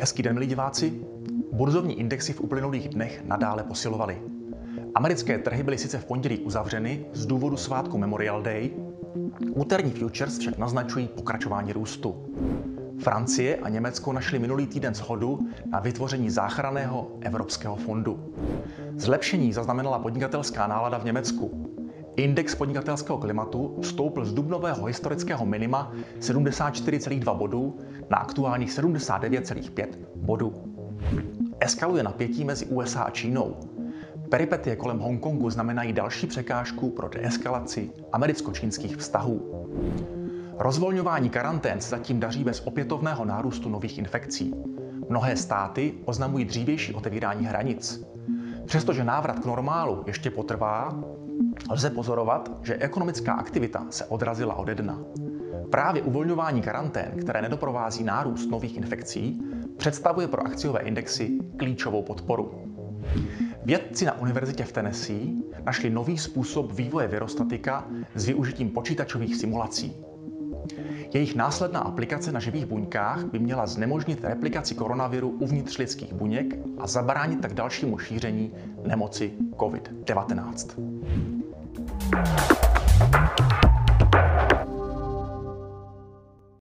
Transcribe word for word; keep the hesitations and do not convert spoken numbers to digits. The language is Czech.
Hezký den, milí diváci. Burzovní indexy v uplynulých dnech nadále posilovaly. Americké trhy byly sice v pondělí uzavřeny z důvodu svátku Memorial Day, úterní futures však naznačují pokračování růstu. Francie a Německo našly minulý týden shodu na vytvoření záchranného evropského fondu. Zlepšení zaznamenala podnikatelská nálada v Německu. Index podnikatelského klimatu stoupl z dubnového historického minima sedmdesát čtyři celá dva bodů na aktuálních sedmdesát devět celá pět bodů. Eskaluje napětí mezi U S A a Čínou. Peripetie kolem Hongkongu znamenají další překážku pro deeskalaci americko-čínských vztahů. Rozvolňování karantén se zatím daří bez opětovného nárůstu nových infekcí. Mnohé státy oznamují dřívější otevírání hranic. Přestože návrat k normálu ještě potrvá, lze pozorovat, že ekonomická aktivita se odrazila ode dna. Právě uvolňování karantén, které nedoprovází nárůst nových infekcí, představuje pro akciové indexy klíčovou podporu. Vědci na univerzitě v Tennessee našli nový způsob vývoje virostatika s využitím počítačových simulací. Jejich následná aplikace na živých buňkách by měla znemožnit replikaci koronaviru uvnitř lidských buněk a zabránit tak dalšímu šíření nemoci COVID devatenáct.